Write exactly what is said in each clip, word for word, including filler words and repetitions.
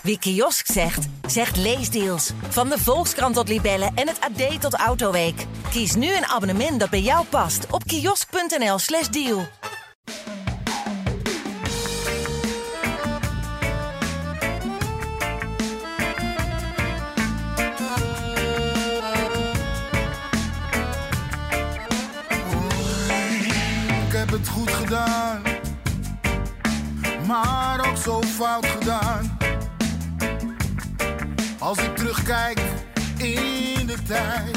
Wie kiosk zegt, zegt leesdeals. Van de Volkskrant tot Libellen en het A D tot Autoweek. Kies nu een abonnement dat bij jou past op kiosk.nl slash deal. Ik heb het goed gedaan, maar ook zo fout gedaan. Als ik terugkijk in de tijd,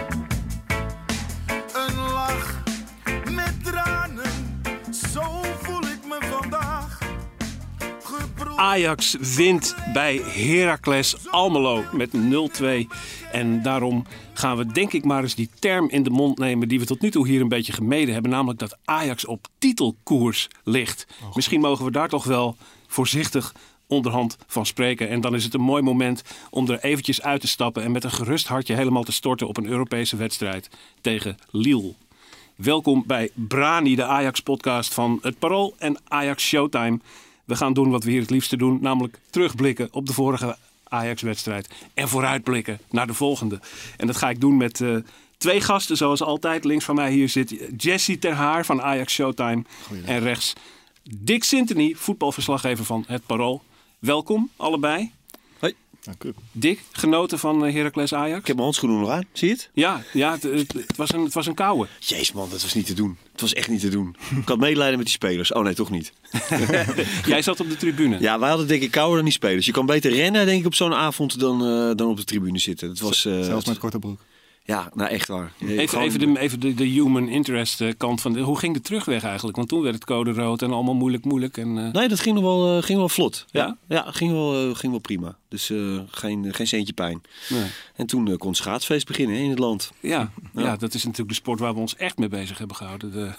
een lach met tranen, zo voel ik me vandaag. Gebroed... Ajax wint bij Heracles Almelo met nul twee. En daarom gaan we denk ik maar eens die term in de mond nemen die we tot nu toe hier een beetje gemeden hebben. Namelijk dat Ajax op titelkoers ligt. Oh. Misschien mogen we daar toch wel voorzichtig onderhand van spreken. En dan is het een mooi moment om er eventjes uit te stappen en met een gerust hartje helemaal te storten op een Europese wedstrijd tegen Lille. Welkom bij Brani, de Ajax-podcast van Het Parool en Ajax Showtime. We gaan doen wat we hier het liefste doen, namelijk terugblikken op de vorige Ajax-wedstrijd en vooruitblikken naar de volgende. En dat ga ik doen met uh, twee gasten, zoals altijd. Links van mij hier zit Jesse Ter Haar van Ajax Showtime. Goeiedag. En rechts Dick Sintony, voetbalverslaggever van Het Parool. Welkom, allebei. Hoi. Dank u. Dick, genoten van Heracles Ajax? Ik heb mijn handschoenen nog aan, zie je het? Ja, ja het, het, het, was een, het was een kouwe. Jezus man, dat was niet te doen. Het was echt niet te doen. Ik had medelijden met die spelers. Oh nee, toch niet. Jij zat op de tribune. Ja, wij hadden denk ik kouder dan die spelers. Je kan beter rennen denk ik op zo'n avond dan, uh, dan op de tribune zitten. Het was, uh, Zelfs met korte broek. Ja, nou echt waar. Even, gewoon... even, de, even de, de human interest kant van... De, hoe ging de terugweg eigenlijk? Want toen werd het code rood en allemaal moeilijk, moeilijk. En, uh... Nee, dat ging nog wel, uh, ging wel vlot. Ja? Ja, ja ging, wel, uh, ging wel prima. Dus uh, geen, geen centje pijn. Nee. En toen uh, kon het schaatsfeest beginnen hè, in het land. Ja, ja. ja, dat is natuurlijk de sport waar we ons echt mee bezig hebben gehouden. De...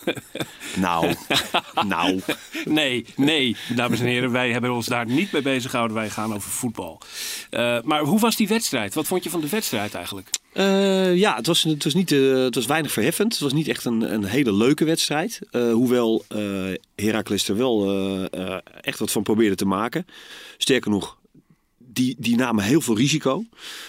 Nou, nou. Nee, nee, dames en heren. Wij hebben ons daar niet mee bezig gehouden. Wij gaan over voetbal. Uh, maar hoe was die wedstrijd? Wat vond je van de wedstrijd eigenlijk? Uh, ja, het was, het, was niet, uh, het was weinig verheffend. Het was niet echt een, een hele leuke wedstrijd. Uh, hoewel uh, Heracles er wel uh, uh, echt wat van probeerde te maken. Sterker nog, die, die namen heel veel risico.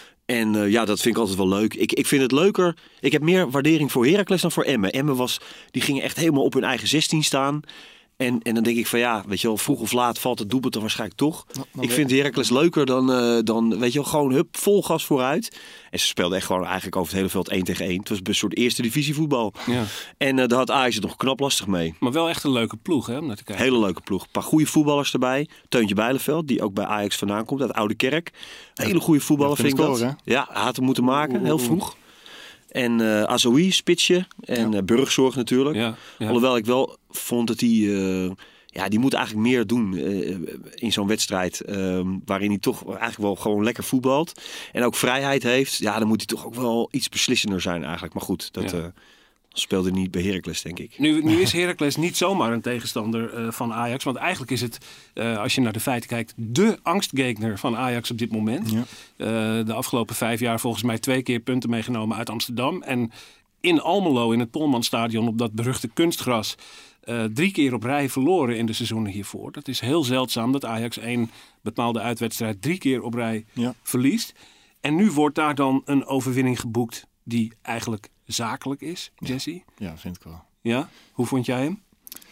En uh, ja, dat vind ik altijd wel leuk. Ik, ik vind het leuker. Ik heb meer waardering voor Heracles dan voor Emmen. Emmen was, die gingen echt helemaal op hun eigen zestien staan. En, en dan denk ik van ja, weet je wel, vroeg of laat valt het doelpunt dan waarschijnlijk toch. Nou, ik vind Heracles leuker dan, uh, dan, weet je wel, gewoon hup, vol gas vooruit. En ze speelden echt gewoon eigenlijk over het hele veld één tegen één. Het was een soort eerste divisie voetbal. Ja. En uh, daar had Ajax het nog knap lastig mee. Maar wel echt een leuke ploeg, hè, om naar te kijken. Hele leuke ploeg. Een paar goede voetballers erbij. Teuntje Bijleveld, die ook bij Ajax vandaan komt, uit Oude Kerk. Een hele goede voetballer vind ik dat. Scoren, ja, hij had hem moeten maken, heel vroeg. En uh, Azoui, spitsje. En ja. uh, Burgzorg natuurlijk. Ja, ja. Alhoewel ik wel vond dat hij... Uh, ja, die moet eigenlijk meer doen uh, in zo'n wedstrijd. Uh, waarin hij toch eigenlijk wel gewoon lekker voetbalt. En ook vrijheid heeft. Ja, dan moet hij toch ook wel iets beslissender zijn eigenlijk. Maar goed, dat... Ja. Uh, speelde niet bij Heracles, denk ik. Nu, nu is Heracles niet zomaar een tegenstander uh, van Ajax. Want eigenlijk is het, uh, als je naar de feiten kijkt, de angstgegner van Ajax op dit moment. Ja. Uh, de afgelopen vijf jaar volgens mij twee keer punten meegenomen uit Amsterdam. En in Almelo, in het Polmanstadion, op dat beruchte kunstgras, Uh, drie keer op rij verloren in de seizoenen hiervoor. Dat is heel zeldzaam dat Ajax één bepaalde uitwedstrijd drie keer op rij ja. verliest. En nu wordt daar dan een overwinning geboekt die eigenlijk zakelijk is, Jesse? Ja, ja, vind ik wel. Ja? Hoe vond jij hem?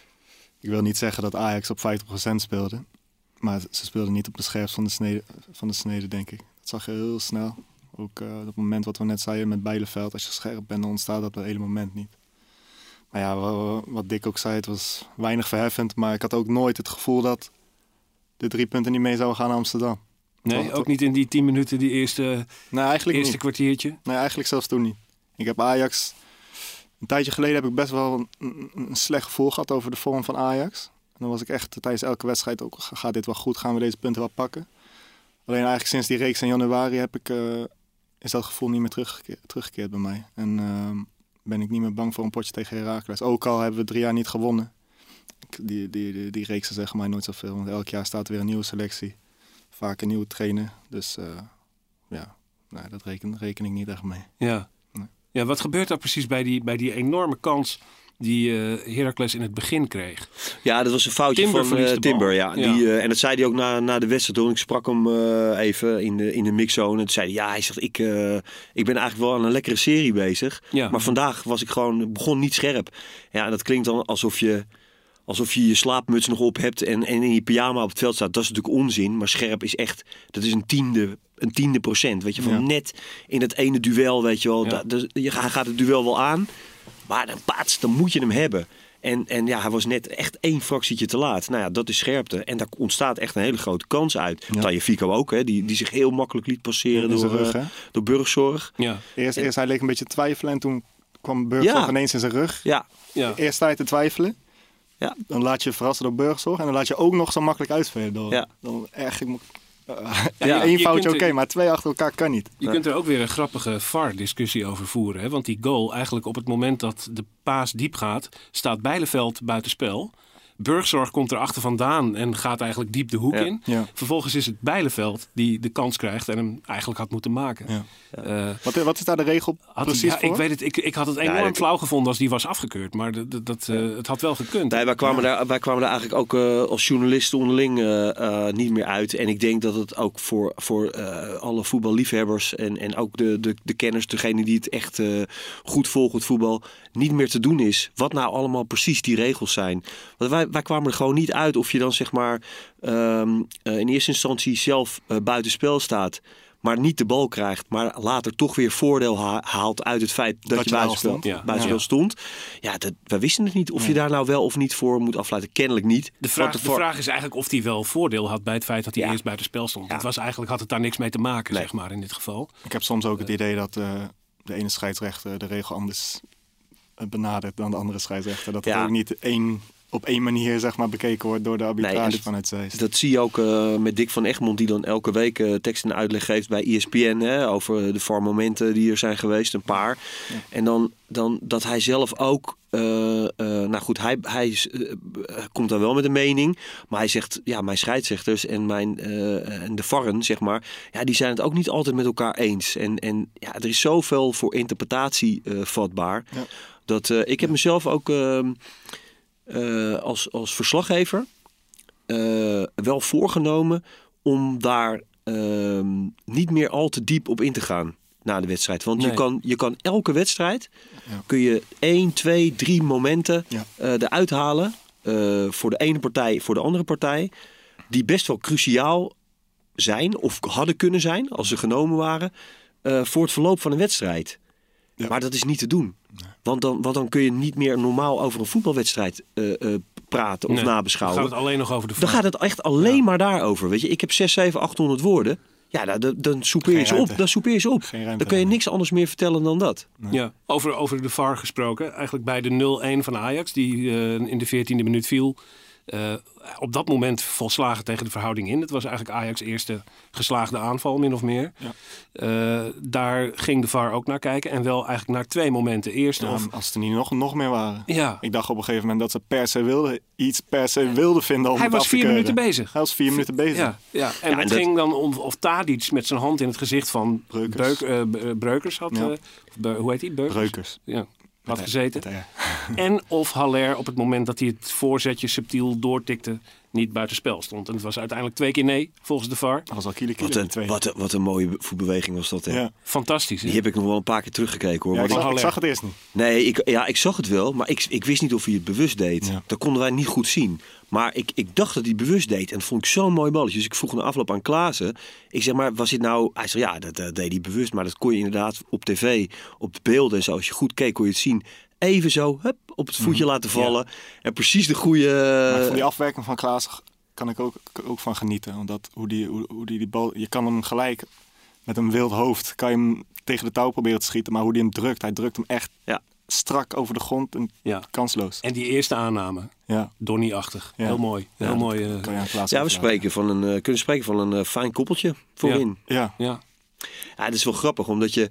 Ik wil niet zeggen dat Ajax op vijftig procent speelde. Maar ze speelden niet op de scherpst van de snede, van de snede denk ik. Dat zag je heel snel. Ook uh, dat moment wat we net zeiden met Bijleveld. Als je scherp bent, dan ontstaat dat op het hele moment niet. Maar ja, wat Dick ook zei, het was weinig verheffend. Maar ik had ook nooit het gevoel dat de drie punten niet mee zouden gaan naar Amsterdam. Nee, toch, ook toch? Niet in die tien minuten, die eerste, nee, eigenlijk eerste niet. kwartiertje? Nee, eigenlijk zelfs toen niet. Ik heb Ajax... Een tijdje geleden heb ik best wel een, een slecht gevoel gehad over de vorm van Ajax. En dan was ik echt tijdens elke wedstrijd ook, gaat dit wel goed? Gaan we deze punten wel pakken? Alleen eigenlijk sinds die reeks in januari heb ik, uh, is dat gevoel niet meer teruggekeerd, teruggekeerd bij mij. En... Uh, ben ik niet meer bang voor een potje tegen Heracles. Ook al hebben we drie jaar niet gewonnen. Die, die, die, die reeksen zeggen mij nooit zoveel. Want elk jaar staat er weer een nieuwe selectie. Vaak een nieuwe trainer. Dus uh, ja, nou, dat reken, reken ik niet echt mee. Ja. Nee. Ja, wat gebeurt daar precies bij die, bij die enorme kans die uh, Heracles in het begin kreeg. Ja, dat was een foutje Timber van uh, Timber. Ja. ja. Die, uh, en dat zei hij ook na, na de wedstrijd. Toen ik sprak hem uh, even in de, in de mixzone. En toen zei hij, ja, hij zegt, ik, uh, ik ben eigenlijk wel aan een lekkere serie bezig. Ja. Maar vandaag was ik gewoon, begon niet scherp. Ja, en dat klinkt dan alsof je... Alsof je je slaapmuts nog op hebt en, en in je pyjama op het veld staat. Dat is natuurlijk onzin. Maar scherp is echt, dat is een tiende, een tiende procent. Weet je, van ja. net in het ene duel, weet je wel. Ja. Da, da, je gaat het duel wel aan. Maar dan paats, dan moet je hem hebben. En, en ja, hij was net echt één fractietje te laat. Nou ja, dat is scherpte. En daar ontstaat echt een hele grote kans uit. Ja. Tagliafico ook, hè, die, die zich heel makkelijk liet passeren door, rug, uh, door Burgzorg. Ja. Eerst, en, eerst hij leek een beetje twijfelen en toen kwam Burgzorg ja. ineens in zijn rug. Ja. Ja. Eerst sta je te twijfelen. Ja. Dan laat je verrassen door Burgzorg en dan laat je ook nog zo makkelijk uitvelen door. Ja. Dan eigenlijk uh, ja, één foutje oké, okay, maar twee achter elkaar kan niet. Je ja. kunt er ook weer een grappige V A R-discussie over voeren. Hè? Want die goal, eigenlijk op het moment dat de paas diep gaat, staat Bijleveld buitenspel. Burgzorg komt erachter vandaan en gaat eigenlijk diep de hoek ja. in. Ja. Vervolgens is het Bijleveld die de kans krijgt en hem eigenlijk had moeten maken. Ja. Ja. Uh, wat, wat is daar de regel precies ja, voor? Ik weet het, ik, ik had het enorm ja, flauw gevonden als die was afgekeurd. Maar dat, dat, ja. uh, het had wel gekund. Nee, wij, kwamen ja. daar, wij kwamen daar eigenlijk ook uh, als journalisten onderling uh, uh, niet meer uit. En ik denk dat het ook voor, voor uh, alle voetballiefhebbers en, en ook de, de, de kenners, degene die het echt uh, goed volgen, het voetbal, niet meer te doen is. Wat nou allemaal precies die regels zijn. Want wij, wij kwamen er gewoon niet uit of je dan zeg maar um, uh, in eerste instantie zelf uh, buitenspel staat, maar niet de bal krijgt, maar later toch weer voordeel ha- haalt uit het feit dat, dat je buitenspel stond. Ja. buitenspel ja. stond. Ja, dat, we wisten het niet of ja. je daar nou wel of niet voor moet afluiten. Kennelijk niet. De vraag, de, de vraag is eigenlijk of hij wel voordeel had bij het feit dat hij ja. eerst buitenspel stond. Ja. Het was eigenlijk, had het daar niks mee te maken, nee. zeg maar, in dit geval. Ik heb soms ook uh, het idee dat uh, de ene scheidsrechter de regel anders benadert dan de andere scheidsrechter. Dat het ja. ook niet één... op één manier zeg maar bekeken wordt door de arbitrage nee, dat, van het Zeist. Dat zie je ook uh, met Dick van Egmond, die dan elke week uh, tekst en uitleg geeft bij E S P N hè, over de V A R-momenten die er zijn geweest, een paar. Ja. En dan, dan dat hij zelf ook, uh, uh, nou goed, hij, hij uh, komt dan wel met een mening, maar hij zegt, ja, mijn scheidsrechters en, mijn, uh, en de V A R'en, zeg maar, ja, die zijn het ook niet altijd met elkaar eens. En, en ja, er is zoveel voor interpretatie uh, vatbaar. Ja. Dat uh, ik heb mezelf ook Uh, Uh, als, als verslaggever uh, wel voorgenomen om daar uh, niet meer al te diep op in te gaan na de wedstrijd. Want nee. je, kan, je kan elke wedstrijd ja. kun je één, twee, drie momenten ja. uh, eruit halen uh, voor de ene partij, voor de andere partij, die best wel cruciaal zijn of hadden kunnen zijn als ze genomen waren uh, voor het verloop van een wedstrijd. Ja. Maar dat is niet te doen. Nee. Want, dan, want dan kun je niet meer normaal over een voetbalwedstrijd uh, uh, praten of nee, nabeschouwen. Dan gaat het alleen nog over de V A R. Dan gaat het echt alleen ja. maar daarover. Weet je, ik heb zes, zeven, achthonderd woorden. Ja, dan, dan, dan soupeer je ze op. Dan soupeer je ze op. Dan kun je niks anders meer vertellen dan dat. Nee. Ja, over, over de V A R gesproken. Eigenlijk bij de nul-een van Ajax, die uh, in de veertiende minuut viel. Uh, op dat moment volslagen tegen de verhouding in. Het was eigenlijk Ajax' eerste geslaagde aanval, min of meer. Ja. Uh, daar ging de V A R ook naar kijken. En wel eigenlijk naar twee momenten. Eerst ja, of... Als het er niet nog, nog meer waren. Ja. Ik dacht op een gegeven moment dat ze per se wilden, iets per se wilden vinden om Hij het was af te vier keuren. minuten bezig. Hij was vier minuten bezig. Ja, ja. En, ja, en het dat... ging dan om of Tadic met zijn hand in het gezicht van Breukers, Beuk, uh, Breukers had. Ja. Uh, Be, hoe heet hij? Breukers. Breukers. Ja. had gezeten. En of Haller op het moment dat hij het voorzetje subtiel doortikte niet buitenspel stond. En het was uiteindelijk twee keer nee, volgens de V A R. Dat was al kiele, kiele, wat, een, wat, een, wat een mooie voetbeweging was dat. Hè? Ja. Fantastisch. Hè? Die heb ik nog wel een paar keer teruggekeken. Hoor. Ja, ik, ik, zag, ik zag het eerst niet. Nee, ik, ja, ik zag het wel. Maar ik, ik wist niet of hij het bewust deed. Ja. Dat konden wij niet goed zien. Maar ik, ik dacht dat hij het bewust deed. En dat vond ik zo'n mooi balletje. Dus ik vroeg na afloop aan Klaassen. Ik zeg maar, was dit nou... Hij zei, ja, dat, dat deed hij bewust. Maar dat kon je inderdaad op tv, op de beelden en zo. Als je goed keek, kon je het zien. Even zo, hup, op het voetje mm. laten vallen. Ja. En precies de goede... Maar van die afwerking van Klaassen kan ik ook, ook van genieten. Want dat, hoe die, hoe, hoe die, die bal... Je kan hem gelijk met een wild hoofd... kan je hem tegen de touw proberen te schieten. Maar hoe die hem drukt, hij drukt hem echt... Ja. Strak over de grond en ja. kansloos. En die eerste aanname, ja. Donnie-achtig. Ja. Heel mooi. Heel ja, mooi uh, kan je ja, we spreken van een, uh, kunnen spreken van een uh, fijn koppeltje voorin. Ja. Ja. Ja. Ja, het is wel grappig, omdat je...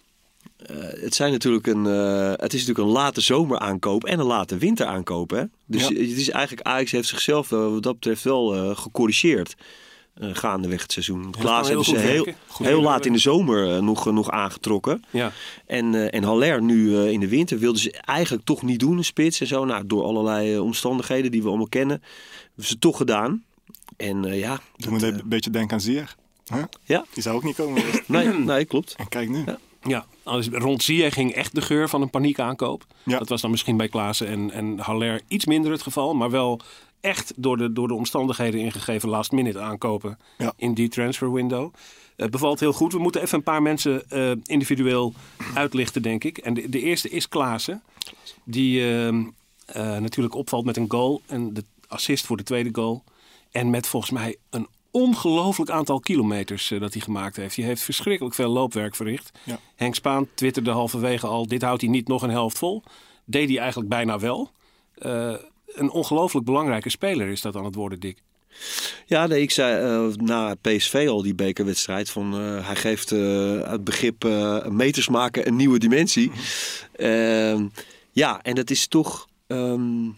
Uh, het, zijn natuurlijk een, uh, het is natuurlijk een late zomer aankoop en een late winter aankoop. Hè? Dus ja. het is eigenlijk, Ajax heeft zichzelf uh, wat dat betreft wel uh, gecorrigeerd. uh, gaandeweg het seizoen. Ja, Klaas hebben ze heel, heel laat in de zomer uh, nog, uh, nog aangetrokken. Ja. En, uh, en Haller nu uh, in de winter wilden ze eigenlijk toch niet doen, een spits en zo. Nou, door allerlei uh, omstandigheden die we allemaal kennen, hebben ze toch gedaan. En uh, ja... Je moet een beetje denken aan Ziyech. Huh? Ja. Die zou ook niet komen. nee, nee, klopt. En kijk nu. Ja. Ja, rond Ziyech ging echt de geur van een paniekaankoop. Ja. Dat was dan misschien bij Klaassen en, en Haller iets minder het geval. Maar wel echt door de, door de omstandigheden ingegeven last minute aankopen ja. in die transfer window. Het bevalt heel goed. We moeten even een paar mensen uh, individueel uitlichten, denk ik. En de, de eerste is Klaassen. Die uh, uh, natuurlijk opvalt met een goal en de assist voor de tweede goal. En met volgens mij een ongelooflijk aantal kilometers uh, dat hij gemaakt heeft. Hij heeft verschrikkelijk veel loopwerk verricht. Ja. Henk Spaan twitterde halverwege al, dit houdt hij niet nog een helft vol. Deed hij eigenlijk bijna wel. Uh, een ongelooflijk belangrijke speler is dat aan het worden, Dick. Ja, nee, ik zei uh, na P S V al die bekerwedstrijd van uh, hij geeft uh, het begrip uh, meters maken een nieuwe dimensie. Uh, ja, en dat is toch... Um,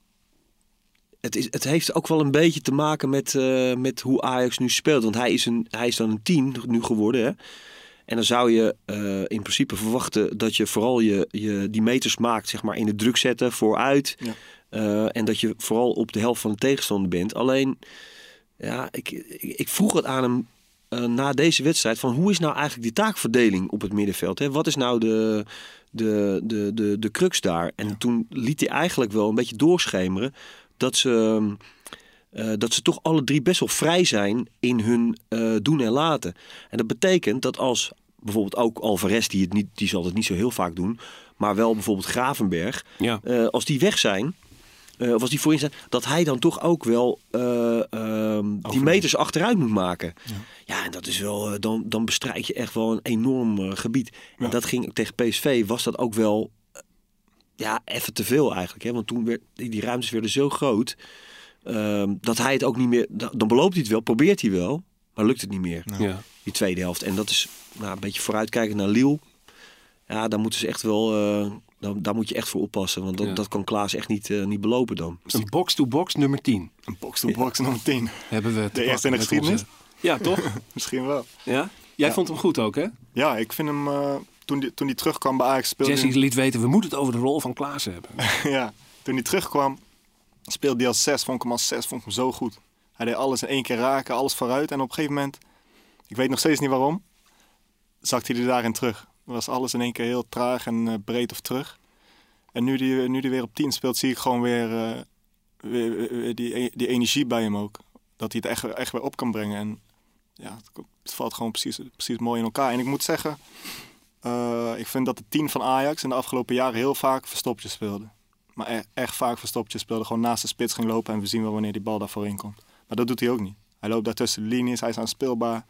Het, is, het heeft ook wel een beetje te maken met, uh, met hoe Ajax nu speelt. Want hij is, een, hij is dan een tien nu geworden. Hè? En dan zou je uh, in principe verwachten dat je vooral je, je die meters maakt, zeg maar, in de druk zetten, vooruit. Ja. Uh, en dat je vooral op de helft van de tegenstander bent. Alleen, ja, ik, ik, ik vroeg het aan hem uh, na deze wedstrijd van hoe is nou eigenlijk die taakverdeling op het middenveld? Hè? Wat is nou de, de, de, de, de crux daar? En ja. toen liet hij eigenlijk wel een beetje doorschemeren dat ze, uh, dat ze toch alle drie best wel vrij zijn in hun uh, doen en laten. En dat betekent dat als bijvoorbeeld ook Alvarez, die, het niet, die zal het niet zo heel vaak doen, maar wel bijvoorbeeld Gravenberg, ja. uh, als die weg zijn, uh, of als die voorin zijn, dat hij dan toch ook wel uh, uh, die meters achteruit moet maken. Ja, ja en dat is wel, uh, dan, dan bestrijd je echt wel een enorm uh, gebied. Ja. En dat ging tegen P S V, was dat ook wel... Ja, even te veel eigenlijk. Hè? Want toen werd die ruimtes werden zo groot uh, dat hij het ook niet meer... Dan beloopt hij het wel, probeert hij wel, maar lukt het niet meer. Ja. Die tweede helft. En dat is nou, een beetje vooruitkijken naar Lille. Ja, daar moeten ze echt wel... Uh, dan, daar moet je echt voor oppassen. Want dat, ja. dat kan Klaas echt niet, uh, niet belopen dan. Een box-to-box nummer tien. Een box-to-box ja. nummer tien. Hebben we de eerste in de geschiedenis? Onze... Ja, toch? Misschien wel. Ja? Jij ja. vond hem goed ook, hè? Ja, ik vind hem... Uh... Toen die, toen die terugkwam bij Ajax speelde... Jesse liet weten, we moeten het over de rol van Klaassen hebben. ja, toen hij terugkwam speelde hij als zes. Vond ik hem als zes, vond ik hem zo goed. Hij deed alles in één keer raken, alles vooruit. En op een gegeven moment, ik weet nog steeds niet waarom, zakte hij er daarin terug. Dan was alles in één keer heel traag en uh, breed of terug. En nu die, nu die weer op tien speelt, zie ik gewoon weer, uh, weer, weer die, die energie bij hem ook. Dat hij het echt, echt weer op kan brengen. En ja, het, het valt gewoon precies, precies mooi in elkaar. En ik moet zeggen... Uh, ik vind dat de tien van Ajax in de afgelopen jaren heel vaak verstopjes speelde. Maar echt, echt vaak verstopjes speelde. Gewoon naast de spits ging lopen en we zien wel wanneer die bal daarvoor in komt. Maar dat doet hij ook niet. Hij loopt daar tussen de linies, hij is aanspeelbaar.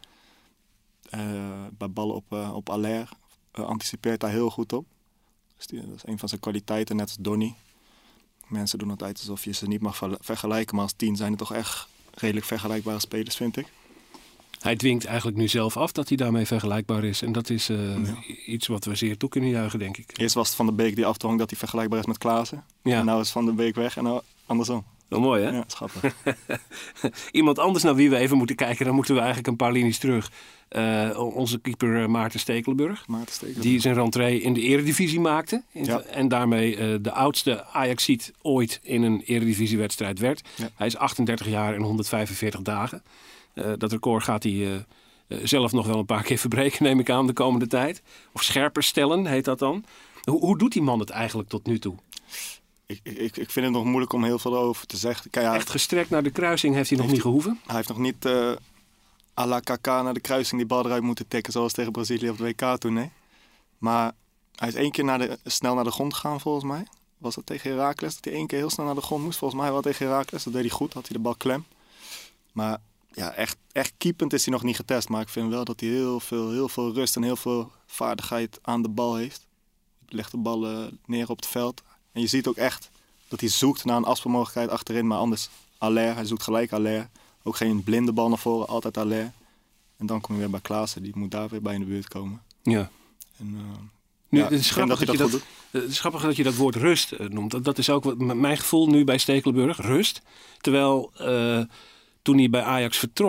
Uh, bij ballen op, uh, op Haller uh, anticipeert hij heel goed op. Dus die, dat is een van zijn kwaliteiten, net als Donny. Mensen doen altijd alsof je ze niet mag ver- vergelijken. Maar als tien zijn het toch echt redelijk vergelijkbare spelers, vind ik. Hij dwingt eigenlijk nu zelf af dat hij daarmee vergelijkbaar is. En dat is uh, ja. iets wat we zeer toe kunnen juichen, denk ik. Eerst was het Van der Beek die afdwong dat hij vergelijkbaar is met Klaassen. Ja. En nu is Van der Beek weg en nou andersom. Wel mooi, hè? Ja, schattig. Iemand anders naar wie we even moeten kijken, dan moeten we eigenlijk een paar linies terug. Uh, onze keeper Maarten Stekelenburg. Maarten Stekelenburg. Die zijn rentree in de eredivisie maakte. Ja. En daarmee uh, de oudste Ajaxiet ooit in een eredivisiewedstrijd werd. Ja. Hij is achtendertig jaar en honderdvijfenveertig dagen. Uh, dat record gaat hij uh, uh, zelf nog wel een paar keer verbreken, neem ik aan, de komende tijd. Of scherper stellen, heet dat dan. Hoe, hoe doet die man het eigenlijk tot nu toe? Ik, ik, ik vind het nog moeilijk om heel veel over te zeggen. Kijk, ja, echt gestrekt naar de kruising heeft hij nog heeft niet gehoeven? Hij heeft nog niet uh, à la Kaká naar de kruising die bal eruit moeten tikken, zoals tegen Brazilië op de W K toen, nee. Maar hij is één keer naar de, snel naar de grond gegaan, volgens mij. Was dat tegen Heracles, dat hij één keer heel snel naar de grond moest? Volgens mij wel tegen Heracles, dat deed hij goed, had hij de bal klem. Maar ja, echt, echt keepend is hij nog niet getest. Maar ik vind wel dat hij heel veel, heel veel rust en heel veel vaardigheid aan de bal heeft. Hij legt de ballen neer op het veld. En je ziet ook echt dat hij zoekt naar een afspeelmogelijkheid achterin. Maar anders Haller, hij zoekt gelijk Haller. Ook geen blinde bal naar voren, altijd Haller. En dan kom je weer bij Klaassen, die moet daar weer bij in de buurt komen. Ja. En, uh, nu, ja, het is grappig dat, dat, je dat, dat, het is grappig dat je dat woord rust uh, noemt. Dat, dat is ook wat, mijn gevoel nu bij Stekelenburg, rust. Terwijl uh, toen hij bij Ajax vertrok,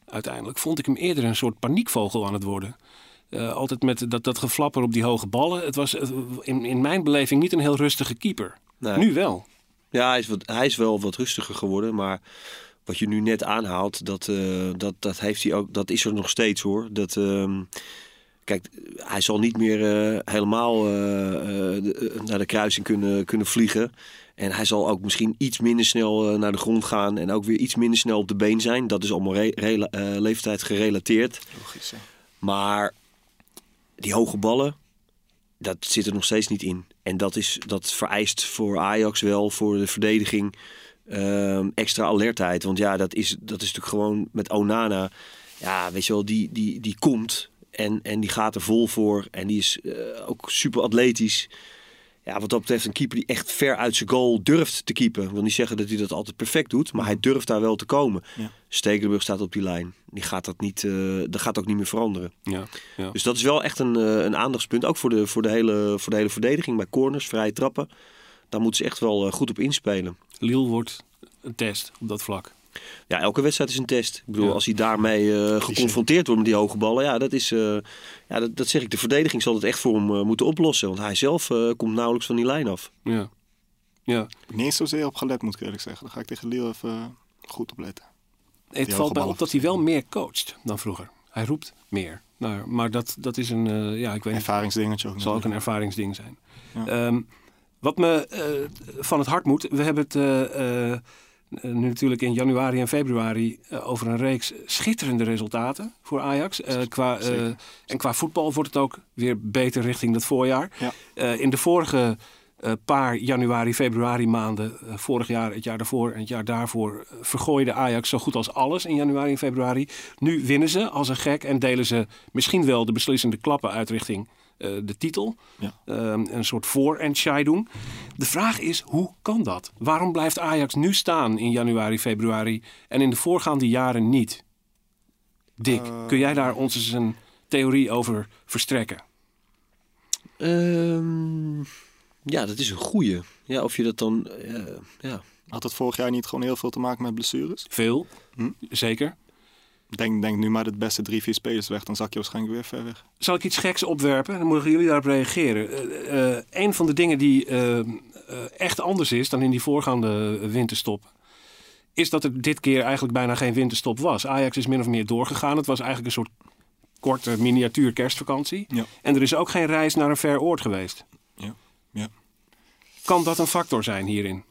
uiteindelijk vond ik hem eerder een soort paniekvogel aan het worden. Uh, altijd met dat, dat geflapper op die hoge ballen. Het was in, in mijn beleving niet een heel rustige keeper. Nee. Nu wel. Ja, hij is, wat, hij is wel wat rustiger geworden, maar wat je nu net aanhaalt, dat, uh, dat, dat, heeft hij ook, dat is er nog steeds hoor. Dat, uh, kijk, hij zal niet meer uh, helemaal uh, uh, naar de kruising kunnen, kunnen vliegen. En hij zal ook misschien iets minder snel uh, naar de grond gaan en ook weer iets minder snel op de been zijn. Dat is allemaal re- re- uh, leeftijd gerelateerd. Logisch, hè? Maar die hoge ballen, dat zit er nog steeds niet in. En dat, is, dat vereist voor Ajax wel, voor de verdediging, uh, extra alertheid. Want ja, dat is, dat is natuurlijk gewoon met Onana. Ja, weet je wel, die, die, die komt en, en die gaat er vol voor. En die is uh, ook super atletisch. Ja, wat dat betreft een keeper die echt ver uit zijn goal durft te keepen. Ik wil niet zeggen dat hij dat altijd perfect doet, maar hij durft daar wel te komen. Ja. Stekelenburg staat op die lijn. Die gaat dat niet, uh, dat gaat ook niet meer veranderen. Ja, ja. Dus dat is wel echt een, uh, een aandachtspunt. Ook voor de, voor, de hele, voor de hele verdediging. Bij corners, vrije trappen. Daar moeten ze echt wel uh, goed op inspelen. Lille wordt een test op dat vlak. Ja, elke wedstrijd is een test. Ik bedoel, ja. als hij daarmee uh, geconfronteerd wordt met die hoge ballen. Ja, dat is, uh, ja dat, dat zeg ik. De verdediging zal het echt voor hem uh, moeten oplossen. Want hij zelf uh, komt nauwelijks van die lijn af. Ja. Ja. Ik heb niet eens zozeer op gelet, moet ik eerlijk zeggen. Daar ga ik tegen Lille even uh, goed op letten. Het valt mij op dat hij wel meer coacht dan vroeger. Hij roept meer. Nou, maar dat, dat is een uh, ja, ik weet ervaringsdingetje ook. Zal ook een ervaringsding zijn. Ja. Um, wat me uh, van het hart moet. We hebben het uh, uh, nu natuurlijk in januari en februari uh, over een reeks schitterende resultaten voor Ajax. Uh, qua, uh, en qua voetbal wordt het ook weer beter richting dat voorjaar. Ja. Uh, in de vorige uh, paar januari, februari maanden, uh, vorig jaar, het jaar daarvoor en het jaar daarvoor, uh, vergooide Ajax zo goed als alles in januari en februari. Nu winnen ze als een gek en delen ze misschien wel de beslissende klappen uit richting uh, de titel. Ja. Uh, een soort voor-Entscheidung. De vraag is, hoe kan dat? Waarom blijft Ajax nu staan in januari, februari en in de voorgaande jaren niet? Dick, uh, kun jij daar ons eens een theorie over verstrekken? Um, ja, dat is een goeie. Ja, of je dat dan... Uh, ja. Had het vorig jaar niet gewoon heel veel te maken met blessures? Veel, hm? Zeker. Denk, denk nu maar de beste drie, vier spelers weg, dan zak je waarschijnlijk weer ver weg. Zal ik iets geks opwerpen? Dan mogen jullie daarop reageren. Uh, uh, een van de dingen die uh, uh, echt anders is dan in die voorgaande winterstop, is dat er dit keer eigenlijk bijna geen winterstop was. Ajax is min of meer doorgegaan. Het was eigenlijk een soort korte miniatuur kerstvakantie. Ja. En er is ook geen reis naar een ver oord geweest. Ja. Ja. Kan dat een factor zijn hierin?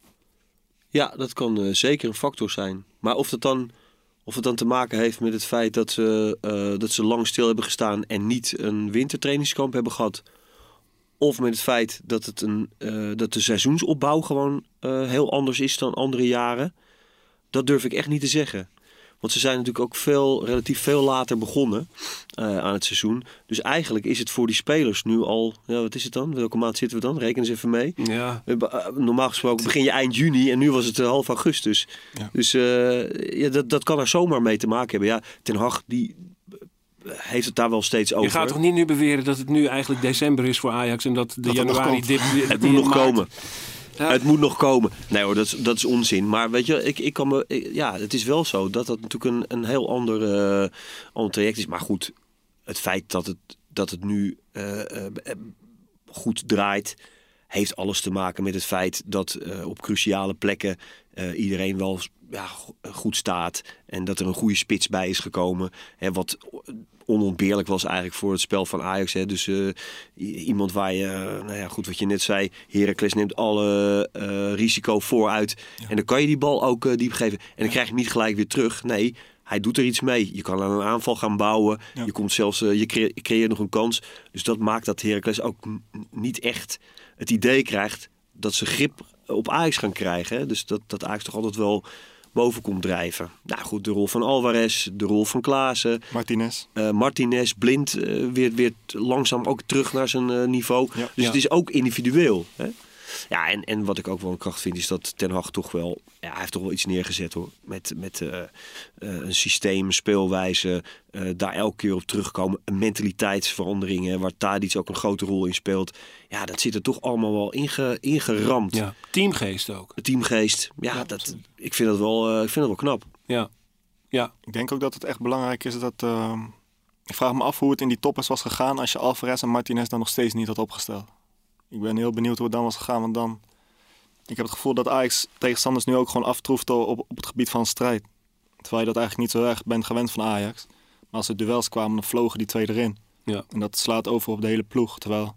Ja, dat kan uh, zeker een factor zijn. Maar of dat dan... Of het dan te maken heeft met het feit dat ze, uh, dat ze lang stil hebben gestaan en niet een wintertrainingskamp hebben gehad. Of met het feit dat, het een, uh, dat de seizoensopbouw gewoon uh, heel anders is dan andere jaren. Dat durf ik echt niet te zeggen. Want ze zijn natuurlijk ook veel, relatief veel later begonnen uh, aan het seizoen. Dus eigenlijk is het voor die spelers nu al... Ja, wat is het dan? Welke maand zitten we dan? Reken eens even mee. Ja. Uh, normaal gesproken begin je eind juni en nu was het uh, half augustus. Ja. Dus uh, ja, dat, dat kan er zomaar mee te maken hebben. Ja, Ten Hag die heeft het daar wel steeds over. Je gaat toch niet nu beweren dat het nu eigenlijk december is voor Ajax en dat de dat januari dip... Het moet nog komen. Ja. Het moet nog komen. Nee hoor, dat is, dat is onzin. Maar weet je, ik, ik kan me, ik, ja, het is wel zo dat dat natuurlijk een, een heel ander, uh, ander traject is. Maar goed, het feit dat het, dat het nu uh, uh, goed draait, heeft alles te maken met het feit dat uh, op cruciale plekken uh, iedereen wel ja, goed staat. En dat er een goede spits bij is gekomen. Hè, wat onontbeerlijk was eigenlijk voor het spel van Ajax. Hè. Dus uh, iemand waar je, uh, nou ja, goed wat je net zei, Heracles neemt alle uh, risico vooruit. Ja. En dan kan je die bal ook uh, diep geven. En dan krijg je hem niet gelijk weer terug. Nee, hij doet er iets mee. Je kan aan een aanval gaan bouwen. Ja. Je komt zelfs, uh, je cre- creëert nog een kans. Dus dat maakt dat Heracles ook n- niet echt het idee krijgt dat ze grip op Ajax gaan krijgen. Hè. Dus dat, dat Ajax toch altijd wel boven komt drijven. Nou goed, de rol van Alvarez, de rol van Klaassen. Martinez. Uh, Martinez, Blind, uh, weer, weer langzaam ook terug naar zijn uh, niveau. Ja. Dus ja. Het is ook individueel. Hè? Ja, en, en wat ik ook wel een kracht vind is dat Ten Hag toch wel... Ja, hij heeft toch wel iets neergezet hoor. Met, met uh, uh, een systeem, een speelwijze. Uh, daar elke keer op terugkomen. Een mentaliteitsveranderingen waar Tadic ook een grote rol in speelt. Ja, dat zit er toch allemaal wel inge, ingeramd. Ja, teamgeest ook. Teamgeest, ja, ja dat, ik vind dat wel, uh, ik vind dat wel knap. Ja. Ja. Ik denk ook dat het echt belangrijk is dat... Uh, ik vraag me af hoe het in die toppers was gegaan als je Alvarez en Martinez dan nog steeds niet had opgesteld. Ik ben heel benieuwd hoe het dan was gegaan, want dan... Ik heb het gevoel dat Ajax tegenstanders nu ook gewoon aftroeft op, op het gebied van strijd. Terwijl je dat eigenlijk niet zo erg bent gewend van Ajax. Maar als er duels kwamen, dan vlogen die twee erin. Ja. En dat slaat over op de hele ploeg. Terwijl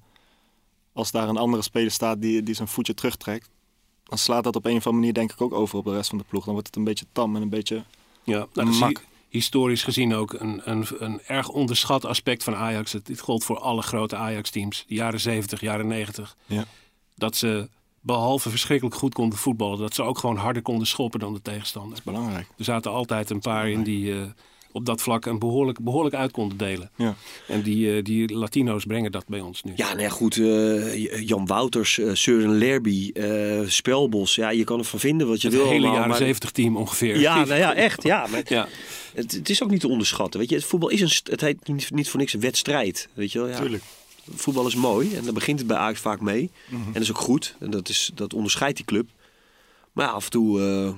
als daar een andere speler staat die, die zijn voetje terugtrekt... dan slaat dat op een of andere manier denk ik ook over op de rest van de ploeg. Dan wordt het een beetje tam en een beetje Ja, nou, mak. dat is historisch gezien ook een, een, een erg onderschat aspect van Ajax. Het, dit gold voor alle grote Ajax-teams. De jaren zeventig, jaren negentig. Ja. Dat ze behalve verschrikkelijk goed konden voetballen... dat ze ook gewoon harder konden schoppen dan de tegenstander. Dat is belangrijk. Er zaten altijd een paar in die uh, op dat vlak een behoorlijk, behoorlijk uit konden delen. Ja. En die, uh, die Latino's brengen dat bij ons nu. Ja, nou ja, goed. Uh, Jan Wouters, uh, Søren Lerby, uh, Spelbos. Ja, je kan ervan vinden wat je het wil. hele allemaal, jaren maar... zeventig team ongeveer. Ja, nou ja, echt. Ja, maar ja. Het, het is ook niet te onderschatten. Weet je, het voetbal is een, het heet niet, niet voor niks een wedstrijd. Weet je wel? Ja. Tuurlijk. Voetbal is mooi en daar begint het bij Ajax vaak mee. Mm-hmm. En dat is ook goed. En dat, is, dat onderscheidt die club. Maar ja, af en toe uh,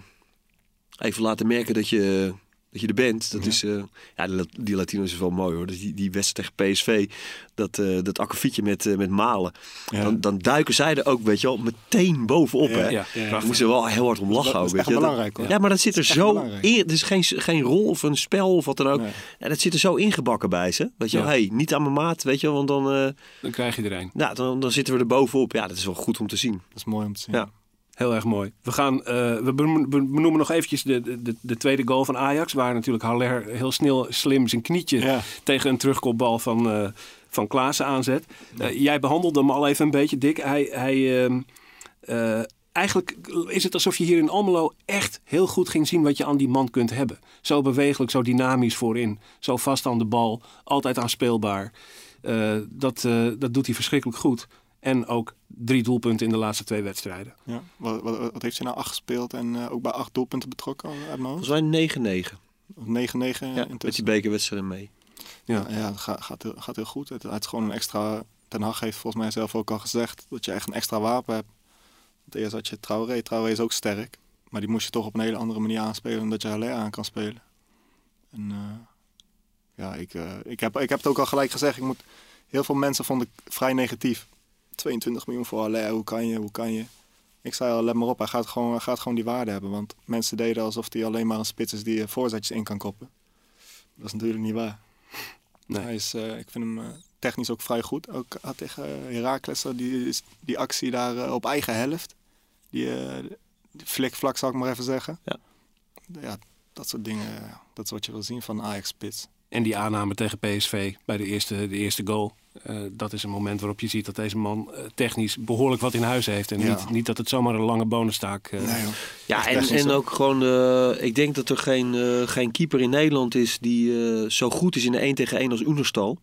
even laten merken dat je, dat je er bent. Dat Ja. is, uh, ja, die, die Latino's is wel mooi hoor. Dus die, die wedstrijd tegen P S V, dat, uh, dat akkefietje met, uh, met Malen. Ja. Dan, dan duiken zij er ook, weet je wel, meteen bovenop. Ja, Hè? ja, ja. Daar moeten ze wel heel hard om lachen. Dat is ook, weet echt je. belangrijk, hoor. Ja, maar dat zit er Dat is echt zo belangrijk. in. Het is geen, geen rol of een spel of wat dan ook. Nee. Ja, dat zit er zo ingebakken bij ze. Weet je wel, Ja. hey, niet aan mijn maat, weet je wel, want dan, uh, Dan krijg je er een. nou, dan, dan zitten we er bovenop. Ja, dat is wel goed om te zien. Dat is mooi om te zien. Ja. Heel erg mooi. We, gaan, uh, we benoemen nog eventjes de, de, de tweede goal van Ajax. Waar natuurlijk Haller heel snel, slim zijn knietje Ja. tegen een terugkopbal van, uh, van Klaassen aanzet. Uh, jij behandelde hem al even een beetje, Dick. Hij, hij, uh, uh, eigenlijk is het alsof je hier in Almelo echt heel goed ging zien wat je aan die man kunt hebben. Zo bewegelijk, zo dynamisch voorin. Zo vast aan de bal. Altijd aanspeelbaar. Uh, dat, uh, dat doet hij verschrikkelijk goed. En ook drie doelpunten in de laatste twee wedstrijden. Ja. Wat, wat, wat heeft hij nou acht gespeeld en uh, ook bij acht doelpunten betrokken uit mijn hoofd? Volgens mij negen negen. negen negen Ja, met die intussen. bekerwedstrijd mee. Ja, ja dat gaat, gaat, heel, gaat heel goed. Het, het is gewoon een extra... Ten Hag heeft volgens mij zelf ook al gezegd dat je echt een extra wapen hebt. Want eerst had je Traoré. Traoré is ook sterk. Maar die moest je toch op een hele andere manier aanspelen dan dat je Haller aan kan spelen. En uh, ja, ik, uh, ik, heb, ik heb het ook al gelijk gezegd. Ik moet, heel veel mensen vonden ik vrij negatief. tweeëntwintig miljoen voor Haller, hoe kan je, hoe kan je? Ik zei al, let maar op, hij gaat gewoon, hij gaat gewoon die waarde hebben. Want mensen deden alsof hij alleen maar een spits is die voorzetjes in kan koppen. Dat is natuurlijk niet waar. Nee. Hij is, uh, ik vind hem uh, technisch ook vrij goed. Ook uh, tegen uh, Heracles, die, die actie daar uh, op eigen helft. Die, uh, die flikvlak, zal ik maar even zeggen. Ja. Ja, dat soort dingen, uh, dat is wat je wil zien van Ajax-spits. En die aanname tegen P S V bij de eerste, de eerste goal. Uh, dat is een moment waarop je ziet dat deze man uh, technisch behoorlijk wat in huis heeft. En Ja. niet, niet dat het zomaar een lange bonustaak uh, Nee, joh. Ja, Echt en, technisch, en hoor. ook gewoon, uh, ik denk dat er geen, uh, geen keeper in Nederland is die uh, zo goed is in de één tegen één als Oenerstal.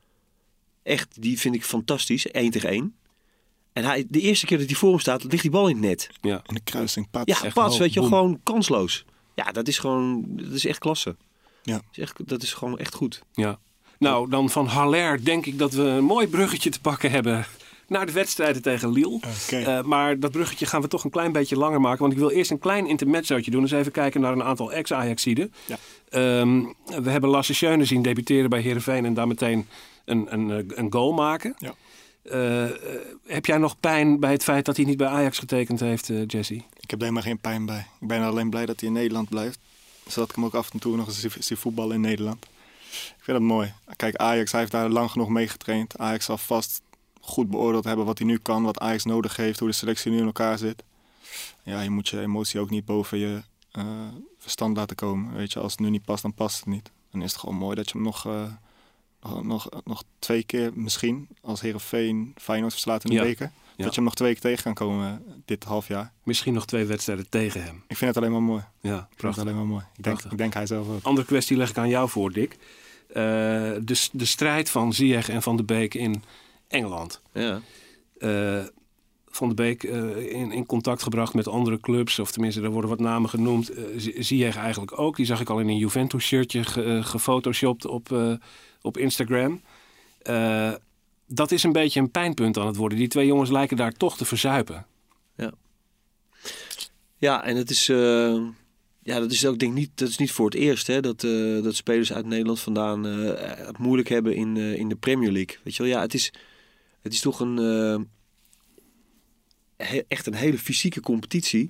Echt, die vind ik fantastisch, één tegen één. En hij, de eerste keer dat hij voor hem staat, ligt die bal in het net. Ja. In de kruising, Pat. Ja, echt pas, wel, weet je, boem. gewoon kansloos. Ja, dat is gewoon, dat is echt klasse. Ja. Dat is, echt, dat is gewoon echt goed. Ja. Nou, dan van Haller denk ik dat we een mooi bruggetje te pakken hebben naar de wedstrijden tegen Lille. Okay. Uh, maar dat bruggetje gaan we toch een klein beetje langer maken. Want ik wil eerst een klein intermezzootje doen. Dus even kijken naar een aantal ex-Ajaxiden. Ja. Um, we hebben Lasse Schöne zien debuteren bij Heerenveen en daar meteen een, een, een goal maken. Ja. Uh, uh, heb jij nog pijn bij het feit dat hij niet bij Ajax getekend heeft, uh, Jesse? Ik heb er helemaal geen pijn bij. Ik ben alleen blij dat hij in Nederland blijft. Zodat ik hem ook af en toe nog eens zie, zie voetballen in Nederland. Ik vind dat mooi. Kijk, Ajax hij heeft daar lang genoeg mee getraind. Ajax zal vast goed beoordeeld hebben wat hij nu kan, wat Ajax nodig heeft, hoe de selectie nu in elkaar zit. Ja, je moet je emotie ook niet boven je uh, verstand laten komen. Weet je, als het nu niet past, dan past het niet. Dan is het gewoon mooi dat je hem nog, uh, nog, nog, nog twee keer misschien, als Heerenveen Feyenoord verslaat in de Ja. beker, Ja. dat je hem nog twee keer tegen kan komen uh, dit half jaar. Misschien nog twee wedstrijden tegen hem. Ik vind het alleen maar mooi. Ja, Ik vind het prachtig. alleen maar mooi. Ik denk, Prachtig. ik denk hij zelf ook. Andere kwestie leg ik aan jou voor, Dick. Uh, de, de strijd van Ziyech en Van de Beek in Engeland. Ja. Uh, Van de Beek uh, in, in contact gebracht met andere clubs. Of tenminste, er worden wat namen genoemd. Uh, Ziyech eigenlijk ook. Die zag ik al in een Juventus-shirtje ge, uh, gefotoshopt op, uh, op Instagram. Uh, dat is een beetje een pijnpunt aan het worden. Die twee jongens lijken daar toch te verzuipen. Ja, en het is... Uh, ja, dat is ook denk niet, dat is niet voor het eerst hè, dat, uh, dat spelers uit Nederland vandaan uh, het moeilijk hebben in, uh, in de Premier League. Weet je wel, ja, het is, het is toch een uh, he, echt een hele fysieke competitie.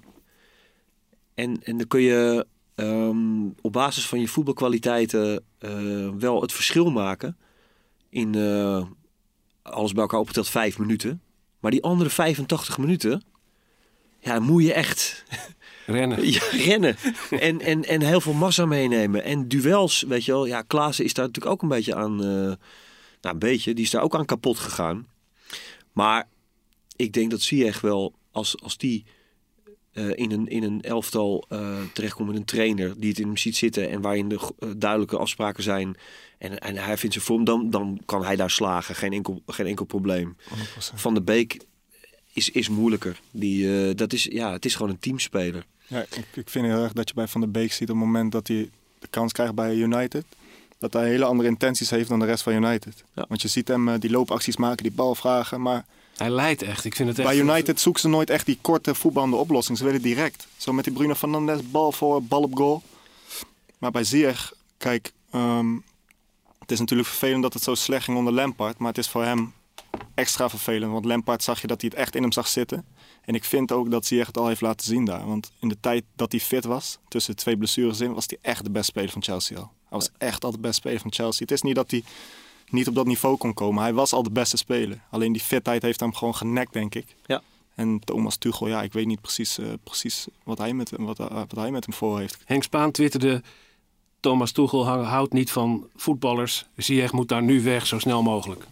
En, en dan kun je um, op basis van je voetbalkwaliteiten uh, wel het verschil maken in uh, alles bij elkaar opgeteld vijf minuten. Maar die andere vijfentachtig minuten, ja, dan moet je echt rennen. ja, rennen. En, en, en heel veel massa meenemen. En duels, weet je wel. Ja, Klaassen is daar natuurlijk ook een beetje aan, uh, nou een beetje, die is daar ook aan kapot gegaan. Maar ik denk dat Ziyech wel, als, als die uh, in, een, in een elftal uh, terechtkomt met een trainer die het in hem ziet zitten en waarin de uh, duidelijke afspraken zijn en, en hij vindt zijn vorm, dan, dan kan hij daar slagen. Geen enkel, geen enkel probleem. honderd procent. Van de Beek is, is moeilijker. Die, uh, dat is, ja, het is gewoon een teamspeler. Ja, ik, ik vind heel erg dat je bij Van der Beek ziet op het moment dat hij de kans krijgt bij United, dat hij hele andere intenties heeft dan de rest van United. Ja. Want je ziet hem uh, die loopacties maken, die bal vragen, maar Hij leidt echt. Ik vind het echt... bij United zoeken ze nooit echt die korte voetballende oplossing. Ze willen direct. Zo met die Bruno Fernandes, bal voor, bal op goal. Maar bij Ziyech, kijk, um, het is natuurlijk vervelend dat het zo slecht ging onder Lampard, maar het is voor hem extra vervelend. Want Lampard zag je dat hij het echt in hem zag zitten. En ik vind ook dat Ziyech het al heeft laten zien daar. Want in de tijd dat hij fit was, tussen twee blessures in, was hij echt de beste speler van Chelsea al. Hij was echt al de beste speler van Chelsea. Het is niet dat hij niet op dat niveau kon komen. Hij was al de beste speler. Alleen die fitheid heeft hem gewoon genekt, denk ik. Ja. En Thomas Tuchel, ja, ik weet niet precies, uh, precies wat, hij met, wat, uh, wat hij met hem voor heeft. Henk Spaan twitterde: Thomas Tuchel houdt niet van voetballers. Ziyech moet daar nu weg, zo snel mogelijk.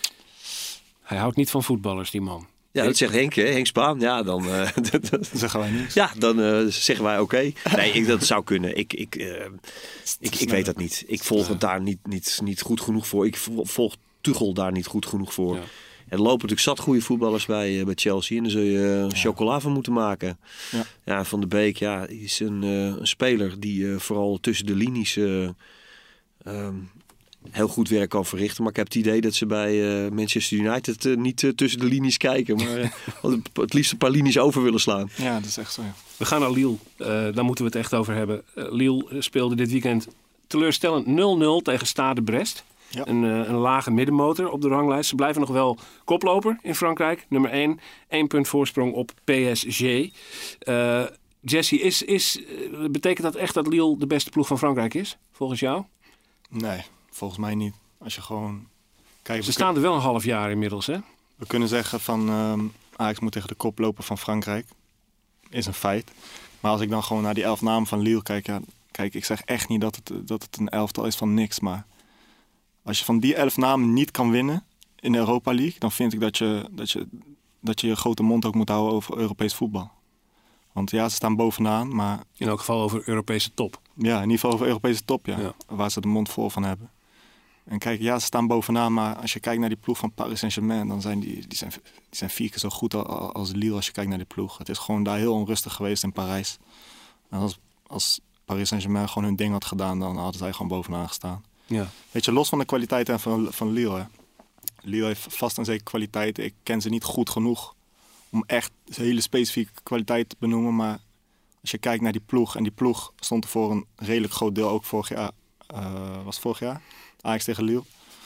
Hij houdt niet van voetballers, die man. Ja, dat zegt Henk, hè? Henk Spaan. Ja, dan, uh, dat, dat zeggen wij niet. Ja, dan uh, zeggen wij oké. Okay. Nee, ik, dat zou kunnen. Ik, ik, uh, ik, ik weet dat niet. Ik volg het daar niet, niet, niet goed genoeg voor. Ik volg Tuchel daar niet goed genoeg voor. Ja. Er lopen natuurlijk zat goede voetballers bij, uh, bij Chelsea. En daar zul je uh, chocola van moeten maken. Ja. Ja, Van de Beek, ja, is een, uh, een speler die uh, vooral tussen de linies Uh, um, heel goed werk kan verrichten. Maar ik heb het idee dat ze bij uh, Manchester United uh, niet uh, tussen de linies kijken. Maar uh, het liefst een paar linies over willen slaan. Ja, dat is echt zo. Ja. We gaan naar Lille. Uh, daar moeten we het echt over hebben. Uh, Lille speelde dit weekend teleurstellend nul nul tegen Stade Brest. Ja. Een, uh, een lage middenmotor op de ranglijst. Ze blijven nog wel koploper in Frankrijk. Nummer één. Eén punt voorsprong op P S G. Uh, Jesse, is, is, uh, betekent dat echt dat Lille de beste ploeg van Frankrijk is? Volgens jou? Nee. Volgens mij niet. Als je gewoon... Kijk, Ze staan er wel een half jaar inmiddels, hè? We kunnen zeggen van um, Ajax moet tegen de koploper van Frankrijk. Is een feit. Maar als ik dan gewoon naar die elf namen van Lille kijk... Ja, kijk, ik zeg echt niet dat het, dat het een elftal is van niks. Maar als je van die elf namen niet kan winnen in de Europa League... dan vind ik dat je dat je, dat je, je grote mond ook moet houden over Europees voetbal. Want ja, ze staan bovenaan, maar... In elk geval over Europese top. Ja, in ieder geval over Europese top, ja. ja. Waar ze de mond vol van hebben. En kijk, ja, ze staan bovenaan, maar als je kijkt naar die ploeg van Paris Saint-Germain, dan zijn die, die, zijn, die zijn vier keer zo goed als Lille als je kijkt naar die ploeg. Het is gewoon daar heel onrustig geweest in Parijs. En als, als Paris Saint-Germain gewoon hun ding had gedaan, dan hadden zij gewoon bovenaan gestaan. Ja. Weet je, los van de kwaliteit van, van Lille. Hè. Lille heeft vast en zeker kwaliteiten. Ik ken ze niet goed genoeg om echt hele specifieke kwaliteit te benoemen. Maar als je kijkt naar die ploeg, en die ploeg stond er voor een redelijk groot deel ook vorig jaar. Uh, was het vorig jaar? Ajax tegen Lille.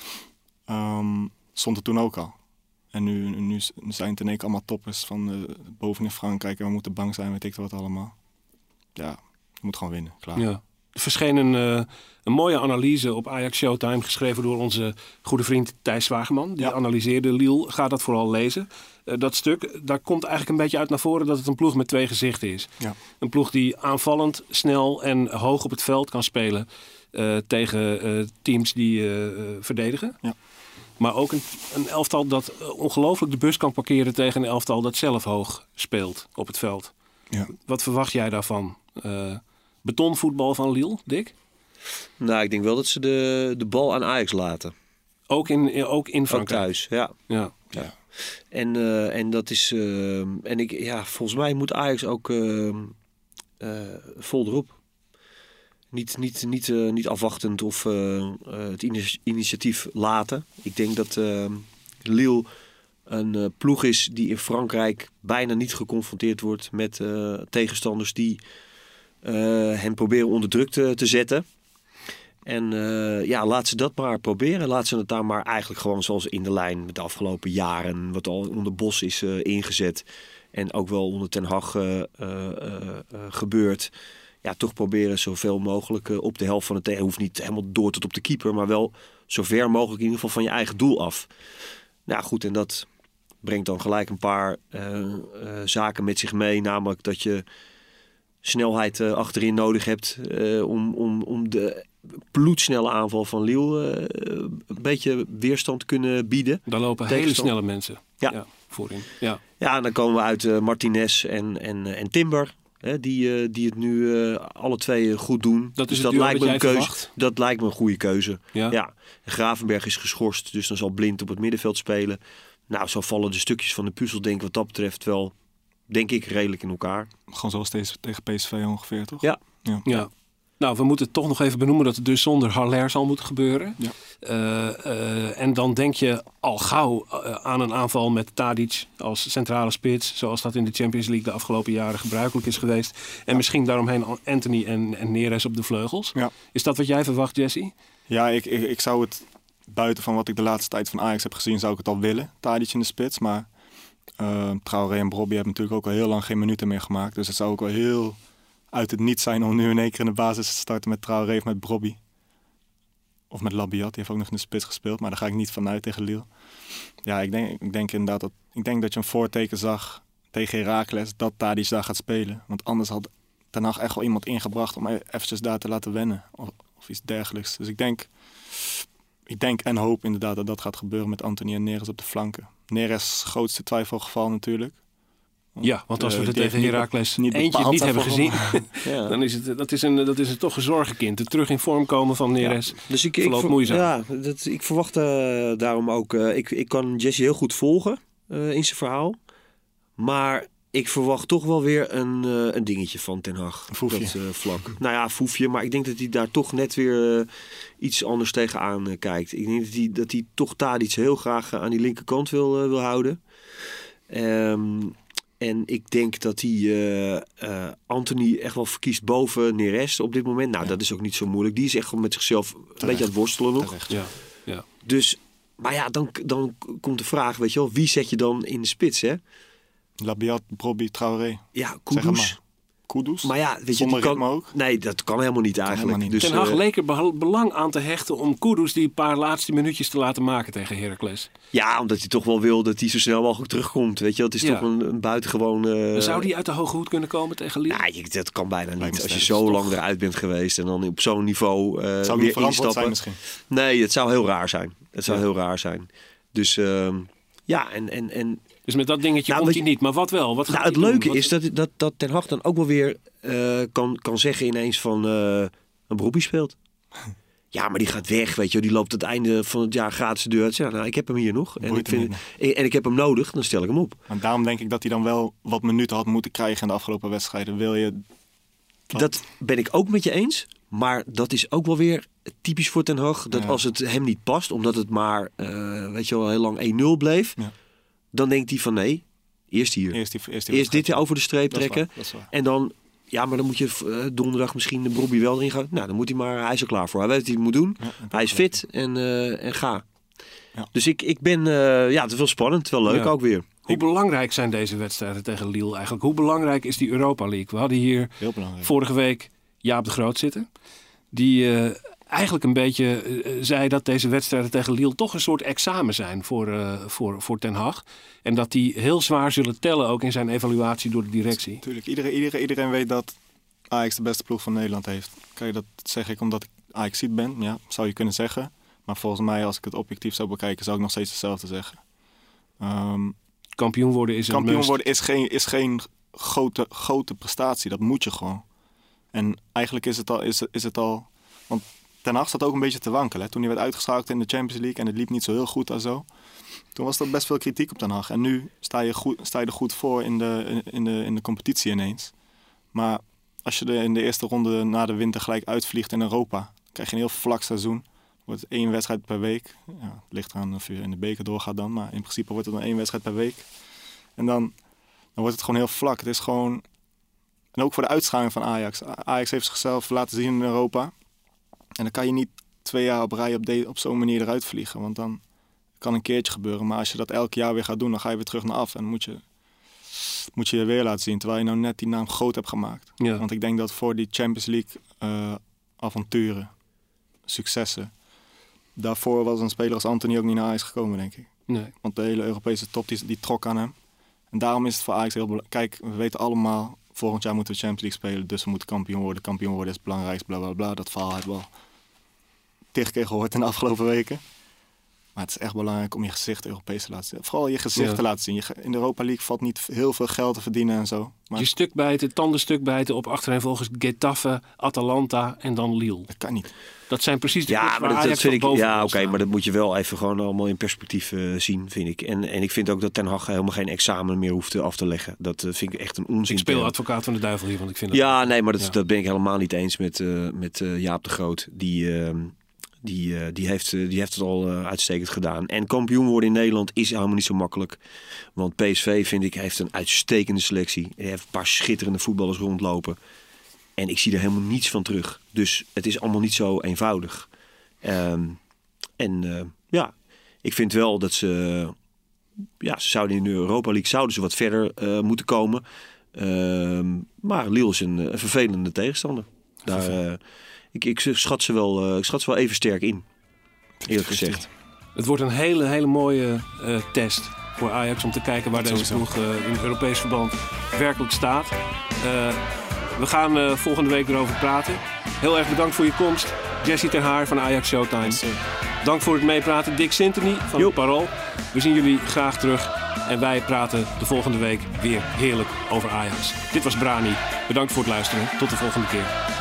Um, stond er toen ook al. En nu, nu zijn het in één keer allemaal toppers van uh, boven in Frankrijk. En we moeten bang zijn, weet ik wat allemaal. Ja, je moet gewoon winnen, klaar. Ja. Er verscheen een, uh, een mooie analyse op Ajax Showtime, geschreven door onze goede vriend Thijs Zwageman. Die ja. analyseerde Lille. Ga dat vooral lezen. Uh, dat stuk, daar komt eigenlijk een beetje uit naar voren dat het een ploeg met twee gezichten is. Ja. Een ploeg die aanvallend, snel en hoog op het veld kan spelen. Uh, tegen uh, teams die uh, uh, verdedigen. Ja. Maar ook een, een elftal dat uh, ongelooflijk de bus kan parkeren tegen een elftal dat zelf hoog speelt op het veld. Ja. Wat verwacht jij daarvan? Uh, betonvoetbal van Lille, Dick? Nou, ik denk wel dat ze de, de bal aan Ajax laten. Ook in, ook in Frankrijk? Ook thuis, ja. ja. ja. En, uh, en dat is... Uh, en ik, ja, volgens mij moet Ajax ook uh, uh, vol erop. Niet, niet, niet, uh, niet afwachtend of uh, uh, het initiatief laten. Ik denk dat uh, Lille een uh, ploeg is die in Frankrijk bijna niet geconfronteerd wordt met uh, tegenstanders die Uh, hen proberen onder druk te, te zetten. En uh, ja, laat ze dat maar proberen. Laat ze het daar maar eigenlijk gewoon zoals in de lijn met de afgelopen jaren. Wat al onder Bos is uh, ingezet. En ook wel onder Ten Hag uh, uh, uh, gebeurt. Ja, toch proberen zoveel mogelijk uh, op de helft van het tegen. Hoeft niet helemaal door tot op de keeper. Maar wel zo ver mogelijk in ieder geval van je eigen doel af. Nou goed, en dat brengt dan gelijk een paar uh, uh, zaken met zich mee. Namelijk dat je snelheid uh, achterin nodig hebt uh, om, om, om de bloedsnelle aanval van Lille uh, een beetje weerstand te kunnen bieden. Daar lopen hele snelle mensen ja. Ja, voorin. Ja. Ja, en dan komen we uit uh, Martinez en, en, en Timber. Hè, die, uh, die het nu uh, alle twee uh, goed doen. Dat is dus het dat lijkt me een keuze. Verwacht. Dat lijkt me een goede keuze. Ja. Ja. Gravenberg is geschorst, dus dan zal Blind op het middenveld spelen. Nou, zo vallen de stukjes van de puzzel denk ik wat dat betreft wel, denk ik, redelijk in elkaar. Gewoon zoals deze tegen P S V ongeveer, toch? Ja. Ja. Ja. Nou, we moeten toch nog even benoemen dat het dus zonder Haller zal moeten gebeuren. Ja. Uh, uh, en dan denk je al gauw uh, aan een aanval met Tadic als centrale spits. Zoals dat in de Champions League de afgelopen jaren gebruikelijk is geweest. En ja. misschien daaromheen Anthony en, en Neres op de vleugels. Ja. Is dat wat jij verwacht, Jesse? Ja, ik, ik, ik zou het buiten van wat ik de laatste tijd van Ajax heb gezien, zou ik het al willen. Tadic in de spits, maar uh, Traoré en Brobby hebben natuurlijk ook al heel lang geen minuten meer gemaakt. Dus het zou ook wel heel uit het niet zijn om nu in één keer in de basis te starten met Traoré of met Brobby. Of met Labiat, die heeft ook nog in de spits gespeeld, maar daar ga ik niet vanuit tegen Lille. Ja, ik denk, ik denk inderdaad dat, ik denk dat je een voorteken zag tegen Heracles dat Tadic daar gaat spelen. Want anders had Ten Hag echt wel iemand ingebracht om eventjes daar te laten wennen. Of, of iets dergelijks. Dus ik denk, ik denk en hoop inderdaad dat dat gaat gebeuren met Anthony en Neres op de flanken. Neres grootste twijfelgeval natuurlijk. Ja, want als we uh, er tegen Heracles niet eentje niet hebben gezien, ja. dan is het, dat is een, dat is een toch een zorgenkind. Het terug in vorm komen van Neres ja. dus ik, verloopt ik, moeizaam. Ja, dat, ik verwacht uh, daarom ook, uh, ik, ik kan Jesse heel goed volgen uh, in zijn verhaal. Maar ik verwacht toch wel weer een, uh, een dingetje van Ten Hag. Een foefje. Dat uh, vlak. Nou ja, foefje, maar ik denk dat hij daar toch net weer uh, iets anders tegenaan uh, kijkt. Ik denk dat hij, dat hij toch Tadic heel graag uh, aan die linkerkant wil, uh, wil houden. Um, En ik denk dat hij uh, uh, Anthony echt wel verkiest boven Neres op dit moment. Nou, ja. dat is ook niet zo moeilijk. Die is echt gewoon met zichzelf een Terecht. beetje aan het worstelen nog. Terecht. Ja, ja. Dus, maar ja, dan, dan komt de vraag, weet je wel, wie zet je dan in de spits, hè? Labiat, Brobby, Traoré. Ja, Kudus. Kudus? Maar ja, weet je, Zonder die kan, ritme ook? Nee, dat kan helemaal niet Kan eigenlijk. helemaal niet. Dus, Ten Hag uh, leek er belang aan te hechten om Kudus die paar laatste minuutjes te laten maken tegen Heracles. Ja, omdat hij toch wel wil dat hij zo snel mogelijk terugkomt. Weet je, het is ja. toch een, een buitengewoon... Uh, Zou die uit de hoge hoed kunnen komen tegen Lille? Nou, dat kan bijna niet. Lijkt me Als je sterk, zo toch? lang eruit bent geweest en dan op zo'n niveau uh, Het zou weer niet verantwoord instappen. zijn misschien. Nee, het zou heel raar zijn. Het zou Ja. heel raar zijn. Dus uh, ja, en... en, en Dus met dat dingetje Nou, komt weet hij niet. Maar wat wel? Wat gaat nou, het hij doen? leuke Wat- is dat, dat, dat Ten Hag dan ook wel weer uh, kan, kan zeggen ineens van uh, een beroepie speelt. Ja, maar die gaat weg, weet je. Die loopt het einde van het jaar gratis de deur uit. Ja, nou, ik heb hem hier nog. En Boeit ik, hem vind, niet, en ik heb hem nodig, dan stel ik hem op. Maar daarom denk ik dat hij dan wel wat minuten had moeten krijgen in de afgelopen wedstrijden. Wil je... Dat ben ik ook met je eens. Maar dat is ook wel weer typisch voor Ten Hag. Dat Ja. als het hem niet past, omdat het maar uh, weet je wel, heel lang één nul bleef. Ja. Dan denkt hij van nee, eerst hier. Eerst, die, eerst, die Eerst dit over de streep Dat is trekken. waar, dat is waar. En dan, ja, maar dan moet je uh, donderdag misschien de Brobby wel erin gaan. Nou, dan moet hij maar, hij is er klaar voor. Hij weet wat hij moet doen. Ja, Hij is fit en, uh, en ga. Ja. Dus ik, ik ben, uh, ja, het is wel spannend, wel leuk Ja. ook weer. Hoe belangrijk zijn deze wedstrijden tegen Lille eigenlijk? Hoe belangrijk is die Europa League? We hadden hier Heel belangrijk. vorige week Jaap de Groot zitten. Die uh, eigenlijk een beetje uh, zei dat deze wedstrijden tegen Lille toch een soort examen zijn voor, uh, voor, voor Ten Hag. En dat die heel zwaar zullen tellen ook in zijn evaluatie door de directie. Tuurlijk, iedereen, iedereen, iedereen weet dat Ajax de beste ploeg van Nederland heeft. Kijk, dat zeg ik omdat ik Ajaxiet ben. Ja, zou je kunnen zeggen. Maar volgens mij, als ik het objectief zou bekijken, zou ik nog steeds hetzelfde zeggen. Um, Kampioen worden is een kampioen must. worden is geen, is geen grote, grote prestatie. Dat moet je gewoon. En eigenlijk is het al... Is, is het al want Ten Hag zat ook een beetje te wankelen. Hè? Toen hij werd uitgeschakeld in de Champions League en het liep niet zo heel goed en zo. Toen was er best veel kritiek op Ten Hag. En nu sta je, goed, sta je er goed voor in de, in, de, in de competitie ineens. Maar als je er in de eerste ronde na de winter gelijk uitvliegt in Europa, dan krijg je een heel vlak seizoen. Wordt het één wedstrijd per week. Ja, het ligt eraan of je in de beker doorgaat dan. Maar in principe wordt het dan één wedstrijd per week. En dan, dan wordt het gewoon heel vlak. Het is gewoon... En ook voor de uitstraling van Ajax. Ajax heeft zichzelf laten zien in Europa. En dan kan je niet twee jaar op rij op, de, op zo'n manier eruit vliegen. Want dan kan een keertje gebeuren. Maar als je dat elk jaar weer gaat doen, dan ga je weer terug naar af. En dan moet je moet je je weer laten zien. Terwijl je nou net die naam groot hebt gemaakt. Ja. Want ik denk dat voor die Champions League uh, avonturen, successen... Daarvoor was een speler als Anthony ook niet naar Ajax gekomen, denk ik. Nee. Want de hele Europese top die, die trok aan hem. En daarom is het voor Ajax heel belangrijk. Kijk, we weten allemaal, volgend jaar moeten we Champions League spelen. Dus we moeten kampioen worden. Kampioen worden is het belangrijkste, bla bla bla. Dat verhaal hebben we al tig keer gehoord in de afgelopen weken. Maar het is echt belangrijk om je gezicht Europees te laten zien. Vooral je gezicht ja. te laten zien. Je, in de Europa League valt niet heel veel geld te verdienen en zo. Maar je stuk bijten, tandenstuk bijten op achtereenvolgens Getafe, Atalanta en dan Lille. Dat kan niet. Dat zijn precies de ja, clubs maar waar dat, Ajax dat vind ik. Ja, oké, okay, maar dat moet je wel even gewoon allemaal in perspectief uh, zien, vind ik. En, en ik vind ook dat Ten Hag helemaal geen examen meer hoeft af te leggen. Dat uh, vind ik echt een onzin. Ik speel advocaat van de duivel hier, want ik vind dat... Ja, nee, maar dat, ja. dat ben ik helemaal niet eens met, uh, met uh, Jaap de Groot. Die... Uh, Die, uh, die, heeft, uh, die heeft het al uh, uitstekend gedaan. En kampioen worden in Nederland is helemaal niet zo makkelijk. Want P S V, vind ik, heeft een uitstekende selectie. Hij heeft een paar schitterende voetballers rondlopen. En ik zie er helemaal niets van terug. Dus het is allemaal niet zo eenvoudig. Um, en uh, ja, ik vind wel dat ze... Ja, ze zouden in de Europa League zouden ze wat verder uh, moeten komen. Um, maar Lille is een, een vervelende tegenstander. Daar... Uh, Ik, ik, schat ze wel, uh, ik schat ze wel even sterk in, eerlijk gezegd. Het wordt een hele, hele mooie uh, test voor Ajax om te kijken waar deze ploeg uh, in het Europees verband werkelijk staat. Uh, we gaan uh, volgende week erover praten. Heel erg bedankt voor je komst. Jesse Ten Haar van Ajax Showtime. Yes, Dank voor het meepraten. Dick Sintony van Jo. Het Parool. We zien jullie graag terug. En wij praten de volgende week weer heerlijk over Ajax. Dit was Brani. Bedankt voor het luisteren. Tot de volgende keer.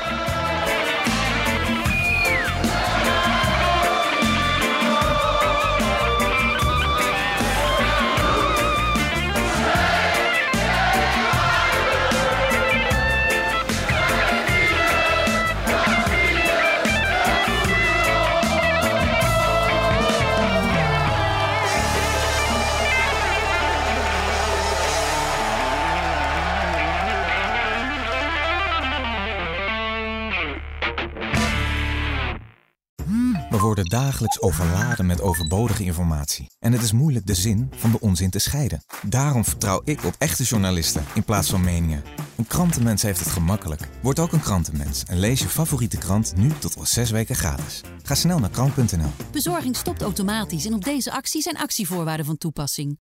We worden dagelijks overladen met overbodige informatie. En het is moeilijk de zin van de onzin te scheiden. Daarom vertrouw ik op echte journalisten in plaats van meningen. Een krantenmens heeft het gemakkelijk. Word ook een krantenmens en lees je favoriete krant nu tot wel zes weken gratis. Ga snel naar krant punt n l. Bezorging stopt automatisch en op deze actie zijn actievoorwaarden van toepassing.